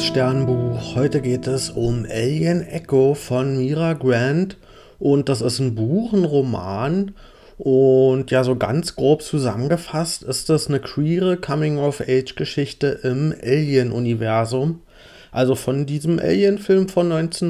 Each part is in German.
liebes Sternbuch. Heute geht es um Alien Echo von Mira Grant und das ist ein Buch, ein Roman und ja, so ganz grob zusammengefasst ist das eine queere Coming-of-Age-Geschichte im Alien-Universum. Also von diesem Alien-Film von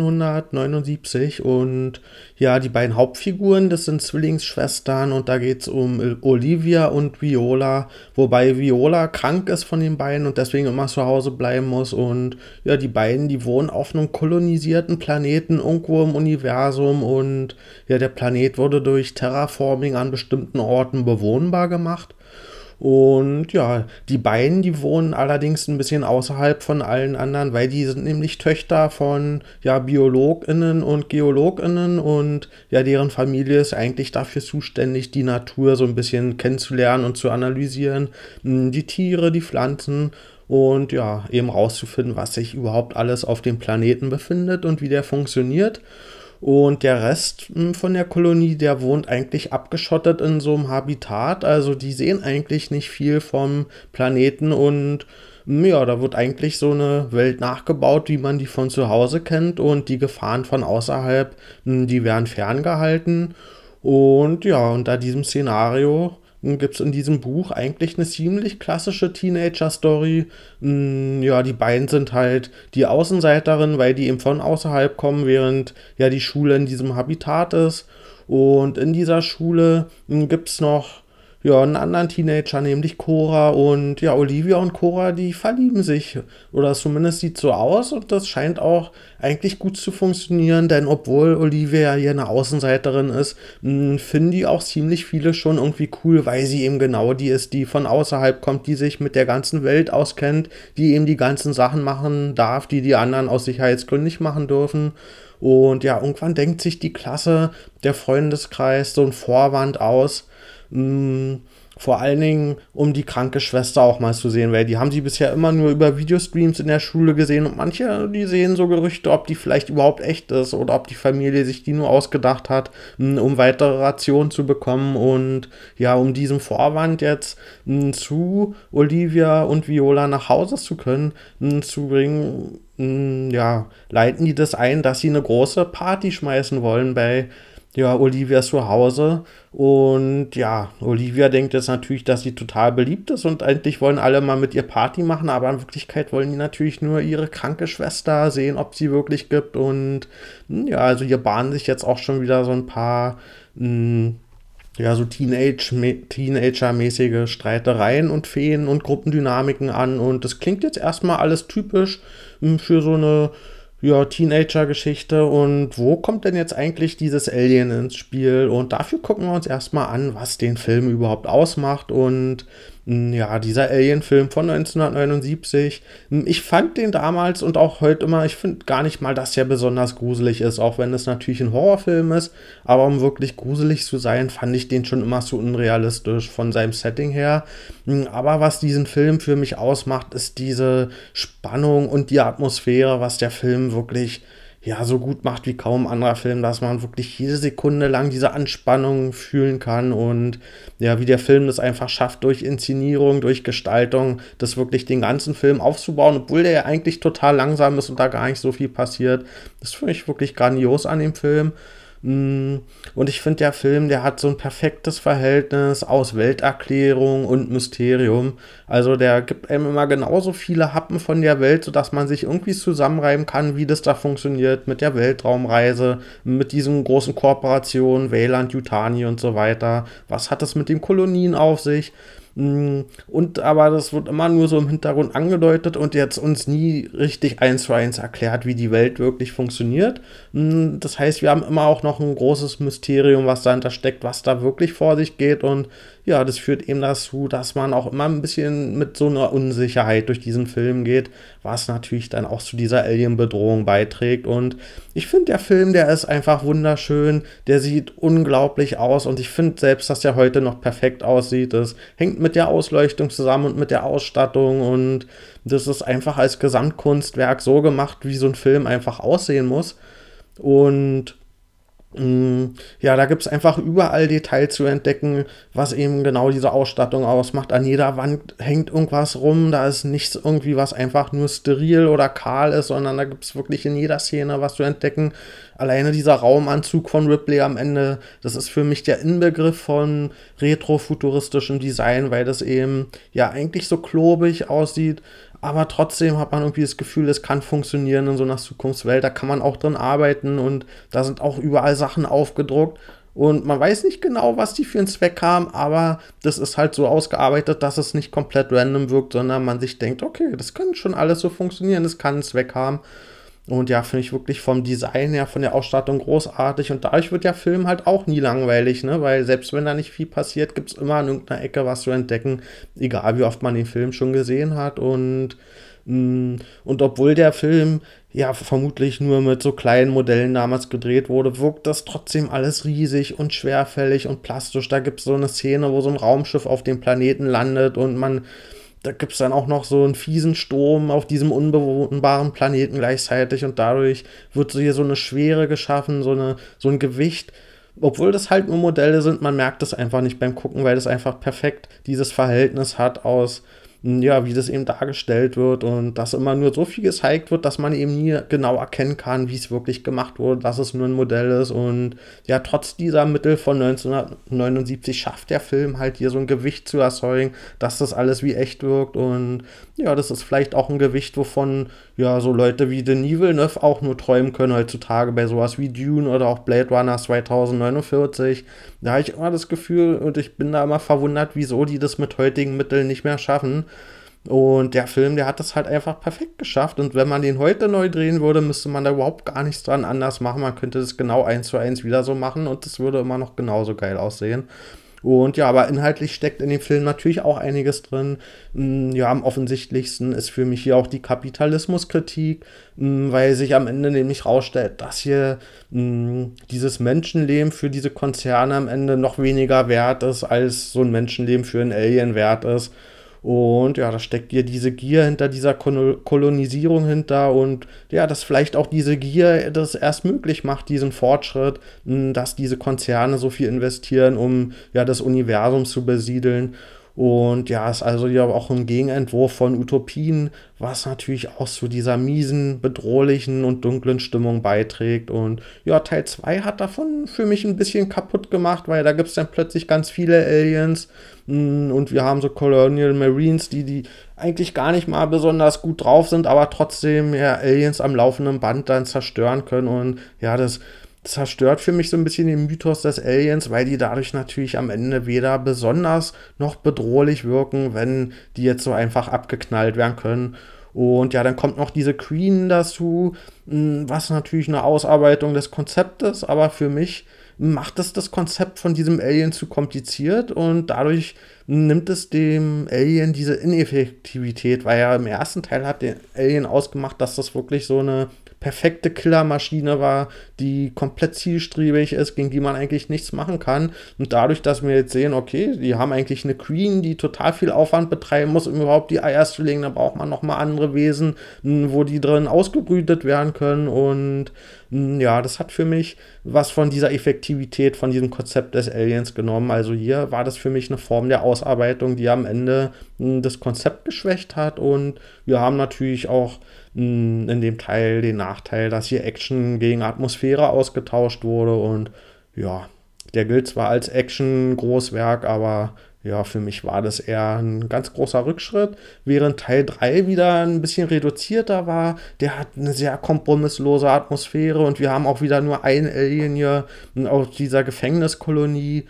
1979 und ja, die beiden Hauptfiguren, das sind Zwillingsschwestern und da geht es um Olivia und Viola, wobei Viola krank ist von den beiden und deswegen immer zu Hause bleiben muss und ja, die beiden, die wohnen auf einem kolonisierten Planeten irgendwo im Universum und ja, der Planet wurde durch Terraforming an bestimmten Orten bewohnbar gemacht. Und ja, die beiden, die wohnen allerdings ein bisschen außerhalb von allen anderen, weil die sind nämlich Töchter von ja, BiologInnen und GeologInnen und ja, deren Familie ist eigentlich dafür zuständig, die Natur so ein bisschen kennenzulernen und zu analysieren. Die Tiere, die Pflanzen und ja, eben rauszufinden, was sich überhaupt alles auf dem Planeten befindet und wie der funktioniert. Und der Rest von der Kolonie, der wohnt eigentlich abgeschottet in so einem Habitat. Also die sehen eigentlich nicht viel vom Planeten und ja, da wird eigentlich so eine Welt nachgebaut, wie man die von zu Hause kennt. Und die Gefahren von außerhalb, die werden ferngehalten. Und ja, unter diesem Szenario gibt es in diesem Buch eigentlich eine ziemlich klassische Teenager-Story. Ja, die beiden sind halt die Außenseiterin, weil die eben von außerhalb kommen, während ja die Schule in diesem Habitat ist. Und in dieser Schule gibt es noch ja, einen anderen Teenager, nämlich Cora. Und ja, Olivia und Cora, die verlieben sich. Oder zumindest sieht so aus. Und das scheint auch eigentlich gut zu funktionieren. Denn obwohl Olivia hier eine Außenseiterin ist, finden die auch ziemlich viele schon irgendwie cool, weil sie eben genau die ist, die von außerhalb kommt, die sich mit der ganzen Welt auskennt, die eben die ganzen Sachen machen darf, die die anderen aus Sicherheitsgründen nicht machen dürfen. Und ja, irgendwann denkt sich die Klasse, der Freundeskreis, so ein Vorwand aus, vor allen Dingen, um die kranke Schwester auch mal zu sehen, weil die haben sie bisher immer nur über Videostreams in der Schule gesehen und manche, die sehen so Gerüchte, ob die vielleicht überhaupt echt ist oder ob die Familie sich die nur ausgedacht hat, um weitere Rationen zu bekommen und ja, um diesen Vorwand jetzt zu Olivia und Viola nach Hause zu können, zu bringen, ja, leiten die das ein, dass sie eine große Party schmeißen wollen bei ja, Olivia ist zu Hause und ja, Olivia denkt jetzt natürlich, dass sie total beliebt ist und eigentlich wollen alle mal mit ihr Party machen, aber in Wirklichkeit wollen die natürlich nur ihre kranke Schwester sehen, ob sie wirklich gibt und ja, also hier bahnen sich jetzt auch schon wieder so ein paar ja, so Teenager-mäßige Streitereien und Feen und Gruppendynamiken an und das klingt jetzt erstmal alles typisch für so eine ja, Teenager-Geschichte und wo kommt denn jetzt eigentlich dieses Alien ins Spiel? Und dafür gucken wir uns erstmal an, was den Film überhaupt ausmacht und ja, dieser Alien-Film von 1979, ich fand den damals und auch heute immer, ich finde gar nicht mal, dass der besonders gruselig ist, auch wenn es natürlich ein Horrorfilm ist, aber um wirklich gruselig zu sein, fand ich den schon immer so unrealistisch von seinem Setting her. Aber was diesen Film für mich ausmacht, ist diese Spannung und die Atmosphäre, was der Film wirklich ja, so gut macht wie kaum ein anderer Film, dass man wirklich jede Sekunde lang diese Anspannung fühlen kann und ja, wie der Film das einfach schafft, durch Inszenierung, durch Gestaltung, das wirklich den ganzen Film aufzubauen, obwohl der ja eigentlich total langsam ist und da gar nicht so viel passiert. Das finde ich wirklich grandios an dem Film. Und ich finde, der Film, der hat so ein perfektes Verhältnis aus Welterklärung und Mysterium. Also der gibt einem immer genauso viele Happen von der Welt, sodass man sich irgendwie zusammenreiben kann, wie das da funktioniert mit der Weltraumreise, mit diesen großen Kooperationen, Weyland, Yutani und so weiter. Was hat das mit den Kolonien auf sich? Und aber das wird immer nur so im Hintergrund angedeutet und jetzt uns nie richtig 1:1 erklärt, wie die Welt wirklich funktioniert. Das heißt, wir haben immer auch noch ein großes Mysterium, was dahinter steckt, was da wirklich vor sich geht und ja, das führt eben dazu, dass man auch immer ein bisschen mit so einer Unsicherheit durch diesen Film geht, was natürlich dann auch zu dieser Alien-Bedrohung beiträgt. Und ich finde, der Film, der ist einfach wunderschön, der sieht unglaublich aus und ich finde selbst, dass der heute noch perfekt aussieht. Das hängt mit der Ausleuchtung zusammen und mit der Ausstattung und das ist einfach als Gesamtkunstwerk so gemacht, wie so ein Film einfach aussehen muss. Und Ja, da gibt's einfach überall Details zu entdecken, was eben genau diese Ausstattung ausmacht. An jeder Wand hängt irgendwas rum, da ist nichts irgendwie, was einfach nur steril oder kahl ist, sondern da gibt's wirklich in jeder Szene was zu entdecken. Alleine dieser Raumanzug von Ripley am Ende, das ist für mich der Inbegriff von retrofuturistischem Design, weil das eben ja eigentlich so klobig aussieht, aber trotzdem hat man irgendwie das Gefühl, es kann funktionieren in so einer Zukunftswelt. Da kann man auch drin arbeiten und da sind auch überall Sachen aufgedruckt. Und man weiß nicht genau, was die für einen Zweck haben, aber das ist halt so ausgearbeitet, dass es nicht komplett random wirkt, sondern man sich denkt, okay, das kann schon alles so funktionieren, das kann einen Zweck haben. Und ja, finde ich wirklich vom Design her, von der Ausstattung großartig. Und dadurch wird der Film halt auch nie langweilig, ne? Weil selbst wenn da nicht viel passiert, gibt es immer an irgendeiner Ecke was zu entdecken, egal wie oft man den Film schon gesehen hat. Und obwohl der Film ja vermutlich nur mit so kleinen Modellen damals gedreht wurde, wirkt das trotzdem alles riesig und schwerfällig und plastisch. Da gibt es so eine Szene, wo so ein Raumschiff auf dem Planeten landet und da gibt es dann auch noch so einen fiesen Sturm auf diesem unbewohnbaren Planeten gleichzeitig und dadurch wird so hier so eine Schwere geschaffen, so ein Gewicht. Obwohl das halt nur Modelle sind, man merkt es einfach nicht beim Gucken, weil das einfach perfekt dieses Verhältnis hat aus, ja, wie das eben dargestellt wird und dass immer nur so viel gezeigt wird, dass man eben nie genau erkennen kann, wie es wirklich gemacht wurde, dass es nur ein Modell ist. Und ja, trotz dieser Mittel von 1979 schafft der Film halt hier so ein Gewicht zu erzeugen, dass das alles wie echt wirkt. Und ja, das ist vielleicht auch ein Gewicht, wovon ja so Leute wie Denis Villeneuve auch nur träumen können heutzutage bei sowas wie Dune oder auch Blade Runner 2049. Da habe ich immer das Gefühl und ich bin da immer verwundert, wieso die das mit heutigen Mitteln nicht mehr schaffen. Und der Film, der hat das halt einfach perfekt geschafft. Und wenn man den heute neu drehen würde, müsste man da überhaupt gar nichts dran anders machen. Man könnte das genau eins zu eins wieder so machen und das würde immer noch genauso geil aussehen. Und ja, aber inhaltlich steckt in dem Film natürlich auch einiges drin. Ja, am offensichtlichsten ist für mich hier auch die Kapitalismuskritik, weil sich am Ende nämlich rausstellt, dass hier dieses Menschenleben für diese Konzerne am Ende noch weniger wert ist, als so ein Menschenleben für ein Alien wert ist. Und ja, da steckt hier diese Gier hinter dieser Kolonisierung hinter und ja, dass vielleicht auch diese Gier das erst möglich macht, diesen Fortschritt, dass diese Konzerne so viel investieren, um ja das Universum zu besiedeln. Und ja, ist also ja auch ein Gegenentwurf von Utopien, was natürlich auch zu dieser miesen, bedrohlichen und dunklen Stimmung beiträgt. Und ja, Teil 2 hat davon für mich ein bisschen kaputt gemacht, weil da gibt es dann plötzlich ganz viele Aliens und wir haben so Colonial Marines, die eigentlich gar nicht mal besonders gut drauf sind, aber trotzdem ja Aliens am laufenden Band dann zerstören können. Und ja, das zerstört für mich so ein bisschen den Mythos des Aliens, weil die dadurch natürlich am Ende weder besonders noch bedrohlich wirken, wenn die jetzt so einfach abgeknallt werden können. Und ja, dann kommt noch diese Queen dazu, was natürlich eine Ausarbeitung des Konzeptes, aber für mich macht es das Konzept von diesem Alien zu kompliziert und dadurch nimmt es dem Alien diese Ineffektivität, weil ja im ersten Teil hat der Alien ausgemacht, dass das wirklich so eine perfekte Killermaschine war, die komplett zielstrebig ist, gegen die man eigentlich nichts machen kann. Und dadurch, dass wir jetzt sehen, okay, die haben eigentlich eine Queen, die total viel Aufwand betreiben muss, um überhaupt die Eier zu legen, da braucht man nochmal andere Wesen, wo die drin ausgebrütet werden können. Und ja, das hat für mich was von dieser Effektivität, von diesem Konzept des Aliens genommen. Also hier war das für mich eine Form der Ausarbeitung, die am Ende das Konzept geschwächt hat. Und wir haben natürlich auch in dem Teil den Nachteil, dass hier Action gegen Atmosphäre ausgetauscht wurde und ja, der gilt zwar als Action-Großwerk, aber ja, für mich war das eher ein ganz großer Rückschritt, während Teil 3 wieder ein bisschen reduzierter war. Der hat eine sehr kompromisslose Atmosphäre und wir haben auch wieder nur ein Alien hier aus dieser Gefängniskolonie.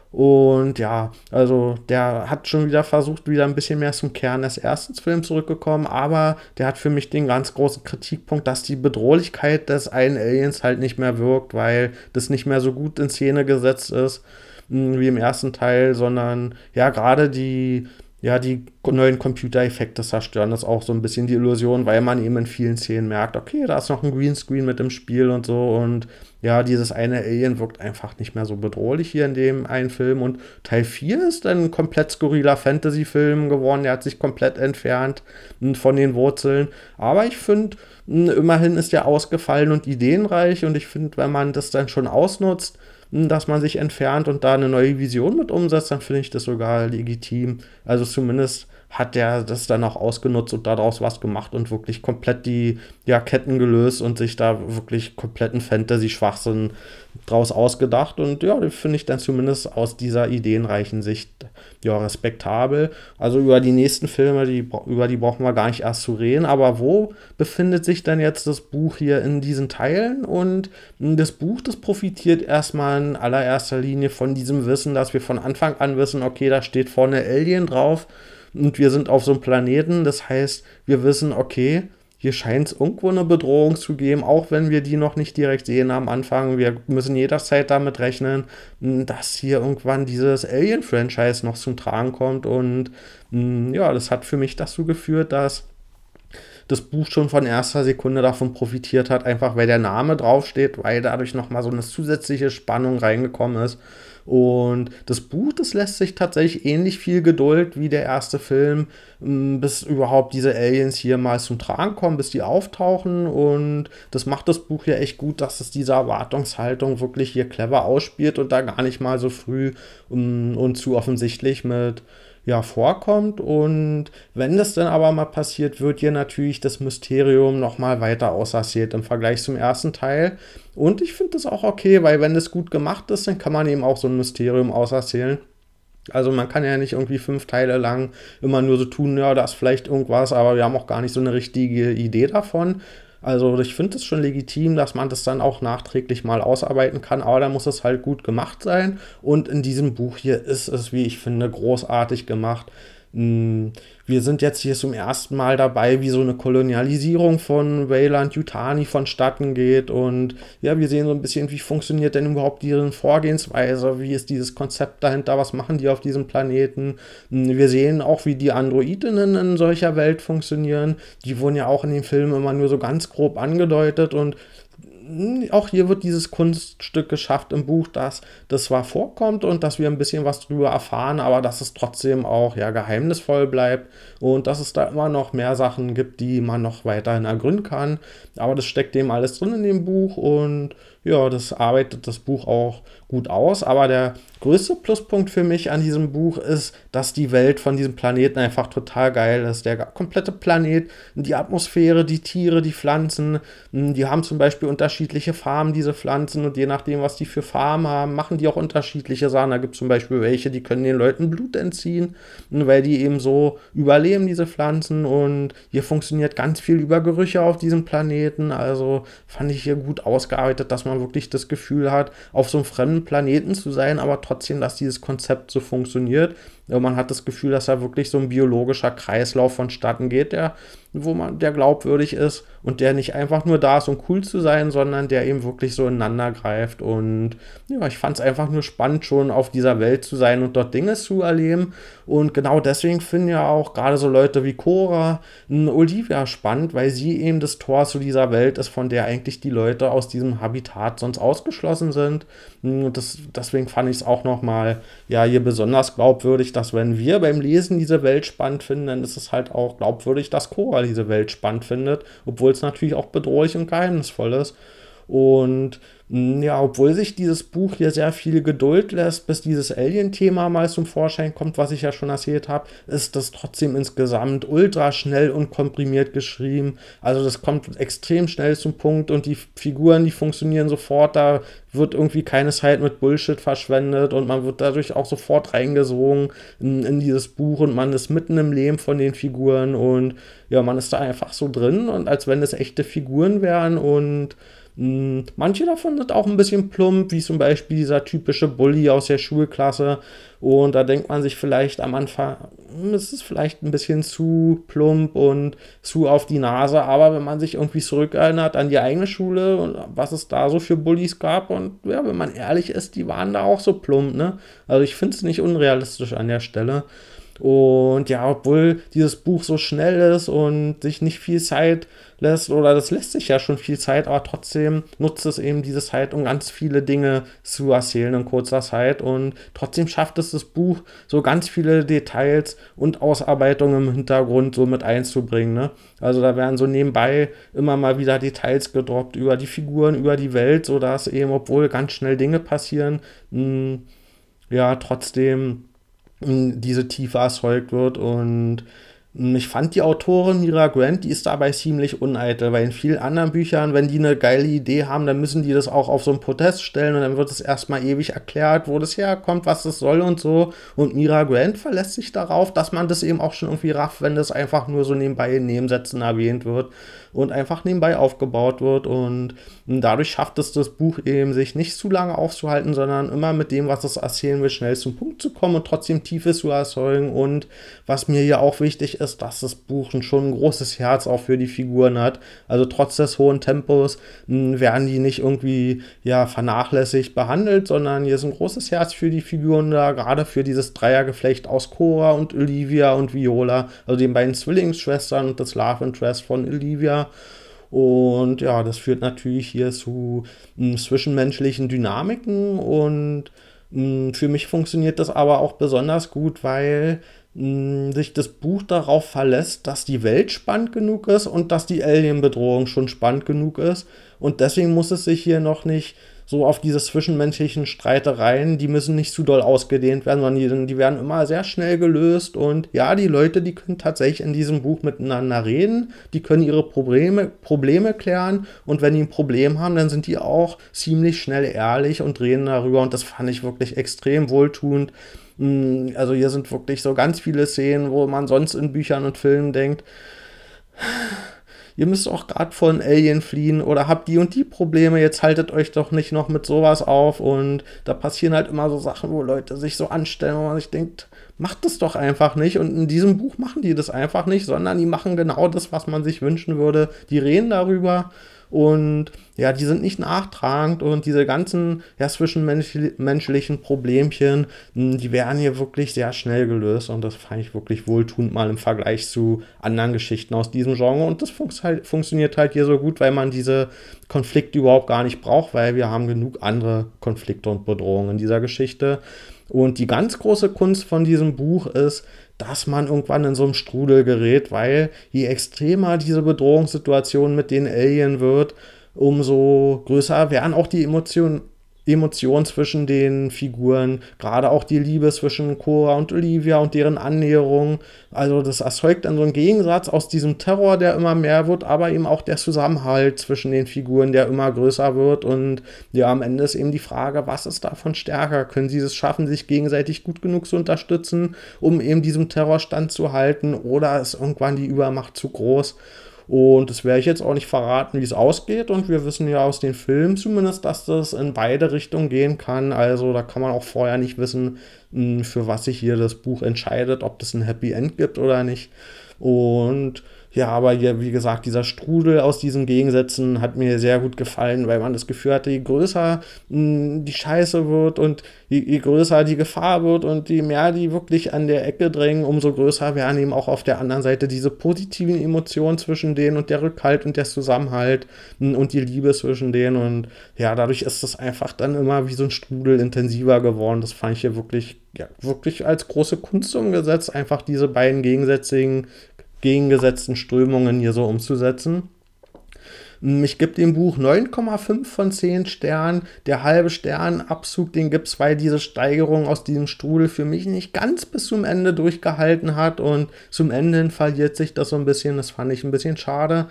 Und ja, also der hat schon wieder versucht, wieder ein bisschen mehr zum Kern des ersten Films zurückgekommen, aber der hat für mich den ganz großen Kritikpunkt, dass die Bedrohlichkeit des einen Aliens halt nicht mehr wirkt, weil das nicht mehr so gut in Szene gesetzt ist wie im ersten Teil, sondern ja, gerade ja, die neuen Computereffekte zerstören das auch so ein bisschen die Illusion, weil man eben in vielen Szenen merkt, okay, da ist noch ein Greenscreen mit im Spiel und so und ja, dieses eine Alien wirkt einfach nicht mehr so bedrohlich hier in dem einen Film und Teil 4 ist ein komplett skurriler Fantasy-Film geworden, der hat sich komplett entfernt von den Wurzeln, aber ich finde, immerhin ist der ausgefallen und ideenreich und ich finde, wenn man das dann schon ausnutzt, dass man sich entfernt und da eine neue Vision mit umsetzt, dann finde ich das sogar legitim. Also zumindest hat der das dann auch ausgenutzt und daraus was gemacht und wirklich komplett die ja, Ketten gelöst und sich da wirklich kompletten Fantasy-Schwachsinn draus ausgedacht. Und ja, das finde ich dann zumindest aus dieser ideenreichen Sicht ja respektabel. Also über die nächsten Filme, über die brauchen wir gar nicht erst zu reden. Aber wo befindet sich denn jetzt das Buch hier in diesen Teilen? Und das Buch, das profitiert erstmal in allererster Linie von diesem Wissen, dass wir von Anfang an wissen, okay, da steht vorne Alien drauf und wir sind auf so einem Planeten. Das heißt, wir wissen, okay, hier scheint es irgendwo eine Bedrohung zu geben, auch wenn wir die noch nicht direkt sehen am Anfang. Wir müssen jederzeit damit rechnen, dass hier irgendwann dieses Alien-Franchise noch zum Tragen kommt. Und ja, das hat für mich dazu geführt, dass das Buch schon von erster Sekunde davon profitiert hat, einfach weil der Name draufsteht, weil dadurch nochmal so eine zusätzliche Spannung reingekommen ist. Und das Buch, das lässt sich tatsächlich ähnlich viel Geduld wie der erste Film, bis überhaupt diese Aliens hier mal zum Tragen kommen, bis die auftauchen. Und das macht das Buch ja echt gut, dass es diese Erwartungshaltung wirklich hier clever ausspielt und da gar nicht mal so früh und zu offensichtlich mit ja, vorkommt. Und wenn das dann aber mal passiert, wird hier natürlich das Mysterium nochmal weiter auserzählt im Vergleich zum ersten Teil. Und ich finde das auch okay, weil wenn das gut gemacht ist, dann kann man eben auch so ein Mysterium auserzählen. Also man kann ja nicht irgendwie 5 Teile lang immer nur so tun, ja, da ist vielleicht irgendwas, aber wir haben auch gar nicht so eine richtige Idee davon. Also ich finde es schon legitim, dass man das dann auch nachträglich mal ausarbeiten kann, aber da muss es halt gut gemacht sein. Und in diesem Buch hier ist es, wie ich finde, großartig gemacht. Wir sind jetzt hier zum ersten Mal dabei, wie so eine Kolonialisierung von Weyland-Yutani vonstatten geht. Und ja, wir sehen so ein bisschen, wie funktioniert denn überhaupt deren Vorgehensweise, wie ist dieses Konzept dahinter, was machen die auf diesem Planeten. Wir sehen auch, wie die Androidinnen in solcher Welt funktionieren. Die wurden ja auch in den Filmen immer nur so ganz grob angedeutet und auch hier wird dieses Kunststück geschafft im Buch, dass das zwar vorkommt und dass wir ein bisschen was drüber erfahren, aber dass es trotzdem auch ja geheimnisvoll bleibt und dass es da immer noch mehr Sachen gibt, die man noch weiterhin ergründen kann. Aber das steckt dem alles drin in dem Buch und ja, das arbeitet das Buch auch gut aus. Aber der größte Pluspunkt für mich an diesem Buch ist, dass die Welt von diesem Planeten einfach total geil ist. Der komplette Planet, die Atmosphäre, die Tiere, die Pflanzen, die haben zum Beispiel unterschiedliche Farben, diese Pflanzen, und je nachdem, was die für Farben haben, machen die auch unterschiedliche Sachen. Da gibt es zum Beispiel welche, die können den Leuten Blut entziehen, weil die eben so überleben, diese Pflanzen. Und hier funktioniert ganz viel über Gerüche auf diesem Planeten. Also fand ich hier gut ausgearbeitet, dass man wirklich das Gefühl hat, auf so einem fremden Planeten zu sein, aber trotzdem, dass dieses Konzept so funktioniert. Man hat das Gefühl, dass da wirklich so ein biologischer Kreislauf vonstatten geht, der glaubwürdig ist und der nicht einfach nur da ist, um cool zu sein, sondern der eben wirklich so ineinander greift. Und ja, ich fand es einfach nur spannend, schon auf dieser Welt zu sein und dort Dinge zu erleben. Und genau deswegen finden ja auch gerade so Leute wie Cora Olivia spannend, weil sie eben das Tor zu dieser Welt ist, von der eigentlich die Leute aus diesem Habitat sonst ausgeschlossen sind. Und deswegen fand ich es auch nochmal ja, hier besonders glaubwürdig, dass wenn wir beim Lesen diese Welt spannend finden, dann ist es halt auch glaubwürdig, dass Cora diese Welt spannend findet, obwohl es natürlich auch bedrohlich und geheimnisvoll ist. Und ja, obwohl sich dieses Buch hier sehr viel Geduld lässt, bis dieses Alien-Thema mal zum Vorschein kommt, was ich ja schon erzählt habe, ist das trotzdem insgesamt ultra schnell und komprimiert geschrieben. Also das kommt extrem schnell zum Punkt und die Figuren, die funktionieren sofort, da wird irgendwie keine Zeit mit Bullshit verschwendet und man wird dadurch auch sofort reingesogen in dieses Buch und man ist mitten im Leben von den Figuren und ja, man ist da einfach so drin und als wenn es echte Figuren wären und manche davon sind auch ein bisschen plump, wie zum Beispiel dieser typische Bully aus der Schulklasse. Und da denkt man sich vielleicht am Anfang, es ist vielleicht ein bisschen zu plump und zu auf die Nase. Aber wenn man sich irgendwie zurückerinnert an die eigene Schule und was es da so für Bullies gab und ja, wenn man ehrlich ist, die waren da auch so plump, ne? Also ich finde es nicht unrealistisch an der Stelle. Und ja, obwohl dieses Buch so schnell ist und sich nicht viel Zeit lässt, oder das lässt sich ja schon viel Zeit, aber trotzdem nutzt es eben diese Zeit, um ganz viele Dinge zu erzählen in kurzer Zeit. Und trotzdem schafft es das Buch, so ganz viele Details und Ausarbeitungen im Hintergrund so mit einzubringen. Ne? Also da werden so nebenbei immer mal wieder Details gedroppt über die Figuren, über die Welt, sodass eben, obwohl ganz schnell Dinge passieren, ja, trotzdem diese Tiefe erzeugt wird. Und ich fand die Autorin Mira Grant, die ist dabei ziemlich uneitel, weil in vielen anderen Büchern, wenn die eine geile Idee haben, dann müssen die das auch auf so einen Podest stellen und dann wird es erstmal ewig erklärt, wo das herkommt, was das soll und so. Und Mira Grant verlässt sich darauf, dass man das eben auch schon irgendwie rafft, wenn das einfach nur so nebenbei in Nebensätzen erwähnt wird und einfach nebenbei aufgebaut wird. Und dadurch schafft es das Buch eben, sich nicht zu lange aufzuhalten, sondern immer mit dem, was es erzählen will, schnell zum Punkt zu kommen und trotzdem Tiefe zu erzeugen. Und was mir hier auch wichtig ist, dass das Buch schon ein großes Herz auch für die Figuren hat. Also trotz des hohen Tempos werden die nicht irgendwie ja, vernachlässigt behandelt, sondern hier ist ein großes Herz für die Figuren da, gerade für dieses Dreiergeflecht aus Cora und Olivia und Viola, also den beiden Zwillingsschwestern und das Love Interest von Olivia. Und ja, das führt natürlich hier zu zwischenmenschlichen Dynamiken und für mich funktioniert das aber auch besonders gut, weil sich das Buch darauf verlässt, dass die Welt spannend genug ist und dass die Alien-Bedrohung schon spannend genug ist. Und deswegen muss es sich hier noch nicht so auf diese zwischenmenschlichen Streitereien, die müssen nicht zu doll ausgedehnt werden, sondern die werden immer sehr schnell gelöst. Und ja, die Leute, die können tatsächlich in diesem Buch miteinander reden, die können ihre Probleme klären und wenn die ein Problem haben, dann sind die auch ziemlich schnell ehrlich und reden darüber und das fand ich wirklich extrem wohltuend. Also hier sind wirklich so ganz viele Szenen, wo man sonst in Büchern und Filmen denkt, ihr müsst auch gerade von Alien fliehen oder habt die und die Probleme, jetzt haltet euch doch nicht noch mit sowas auf. Und da passieren halt immer so Sachen, wo Leute sich so anstellen, wo man sich denkt, macht das doch einfach nicht. Und in diesem Buch machen die das einfach nicht, sondern die machen genau das, was man sich wünschen würde. Die reden darüber und ja, die sind nicht nachtragend und diese ganzen ja, zwischenmenschlichen Problemchen, die werden hier wirklich sehr schnell gelöst und das fand ich wirklich wohltuend mal im Vergleich zu anderen Geschichten aus diesem Genre und das funktioniert halt hier so gut, weil man diese Konflikte überhaupt gar nicht braucht, weil wir haben genug andere Konflikte und Bedrohungen in dieser Geschichte. Und die ganz große Kunst von diesem Buch ist, dass man irgendwann in so einem Strudel gerät, weil je extremer diese Bedrohungssituation mit den Alien wird, umso größer werden auch die Emotionen zwischen den Figuren, gerade auch die Liebe zwischen Cora und Olivia und deren Annäherung. Also das erzeugt dann so einen Gegensatz aus diesem Terror, der immer mehr wird, aber eben auch der Zusammenhalt zwischen den Figuren, der immer größer wird. Und ja, am Ende ist eben die Frage, was ist davon stärker? Können sie es schaffen, sich gegenseitig gut genug zu unterstützen, um eben diesem Terror standzuhalten? Oder ist irgendwann die Übermacht zu groß? Und das werde ich jetzt auch nicht verraten, wie es ausgeht. Und wir wissen ja aus den Filmen zumindest, dass das in beide Richtungen gehen kann. Also da kann man auch vorher nicht wissen, für was sich hier das Buch entscheidet, ob das ein Happy End gibt oder nicht. Und ja, aber hier, wie gesagt, dieser Strudel aus diesen Gegensätzen hat mir sehr gut gefallen, weil man das Gefühl hatte, je größer die Scheiße wird und je größer die Gefahr wird und je mehr die wirklich an der Ecke drängen, umso größer werden eben auch auf der anderen Seite diese positiven Emotionen zwischen denen und der Rückhalt und der Zusammenhalt und die Liebe zwischen denen. Und ja, dadurch ist es einfach dann immer wie so ein Strudel intensiver geworden. Das fand ich hier wirklich, ja, wirklich als große Kunst umgesetzt, einfach diese beiden gegengesetzten Strömungen hier so umzusetzen. Ich gebe dem Buch 9,5 von 10 Sternen. Der halbe Sternabzug, den gibt es, weil diese Steigerung aus diesem Strudel für mich nicht ganz bis zum Ende durchgehalten hat und zum Ende hin verliert sich das so ein bisschen. Das fand ich ein bisschen schade.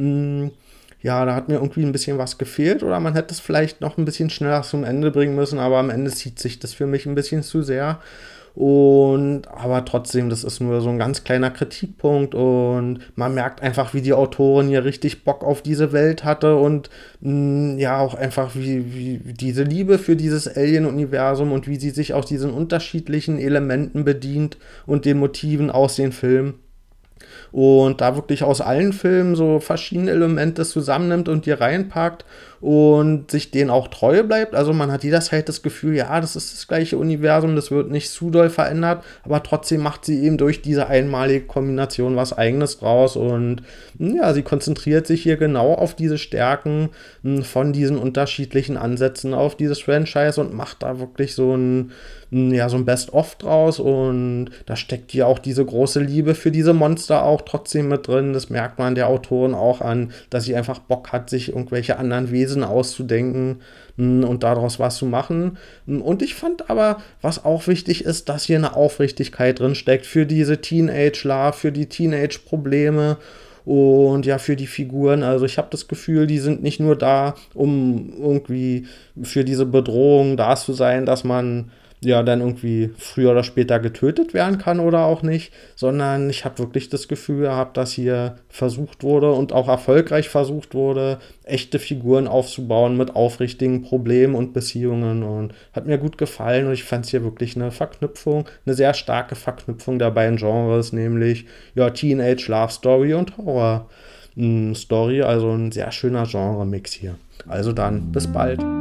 Ja, da hat mir irgendwie ein bisschen was gefehlt oder man hätte es vielleicht noch ein bisschen schneller zum Ende bringen müssen, aber am Ende zieht sich das für mich ein bisschen zu sehr. Aber trotzdem, das ist nur so ein ganz kleiner Kritikpunkt und man merkt einfach, wie die Autorin hier richtig Bock auf diese Welt hatte und ja, auch einfach wie diese Liebe für dieses Alien-Universum und wie sie sich aus diesen unterschiedlichen Elementen bedient und den Motiven aus den Filmen. Und da wirklich aus allen Filmen so verschiedene Elemente zusammennimmt und die reinpackt und sich denen auch treu bleibt. Also man hat jederzeit das Gefühl, ja, das ist das gleiche Universum, das wird nicht zu doll verändert, aber trotzdem macht sie eben durch diese einmalige Kombination was Eigenes draus und ja, sie konzentriert sich hier genau auf diese Stärken von diesen unterschiedlichen Ansätzen auf dieses Franchise und macht da wirklich ja, so ein Best-of draus und da steckt hier auch diese große Liebe für diese Monster auch trotzdem mit drin. Das merkt man der Autorin auch an, dass sie einfach Bock hat, sich irgendwelche anderen Wesen auszudenken und daraus was zu machen. Und ich fand aber, was auch wichtig ist, dass hier eine Aufrichtigkeit drin steckt für diese Teenage-Love, für die Teenage-Probleme und ja, für die Figuren. Also ich habe das Gefühl, die sind nicht nur da, um irgendwie für diese Bedrohung da zu sein, dass man ja dann irgendwie früher oder später getötet werden kann oder auch nicht, sondern ich habe wirklich das Gefühl gehabt, dass hier versucht wurde und auch erfolgreich versucht wurde, echte Figuren aufzubauen mit aufrichtigen Problemen und Beziehungen und hat mir gut gefallen und ich fand es hier wirklich eine Verknüpfung, eine sehr starke Verknüpfung der beiden Genres, nämlich ja, Teenage Love Story und Horror Story, also ein sehr schöner Genre-Mix hier. Also dann, bis bald.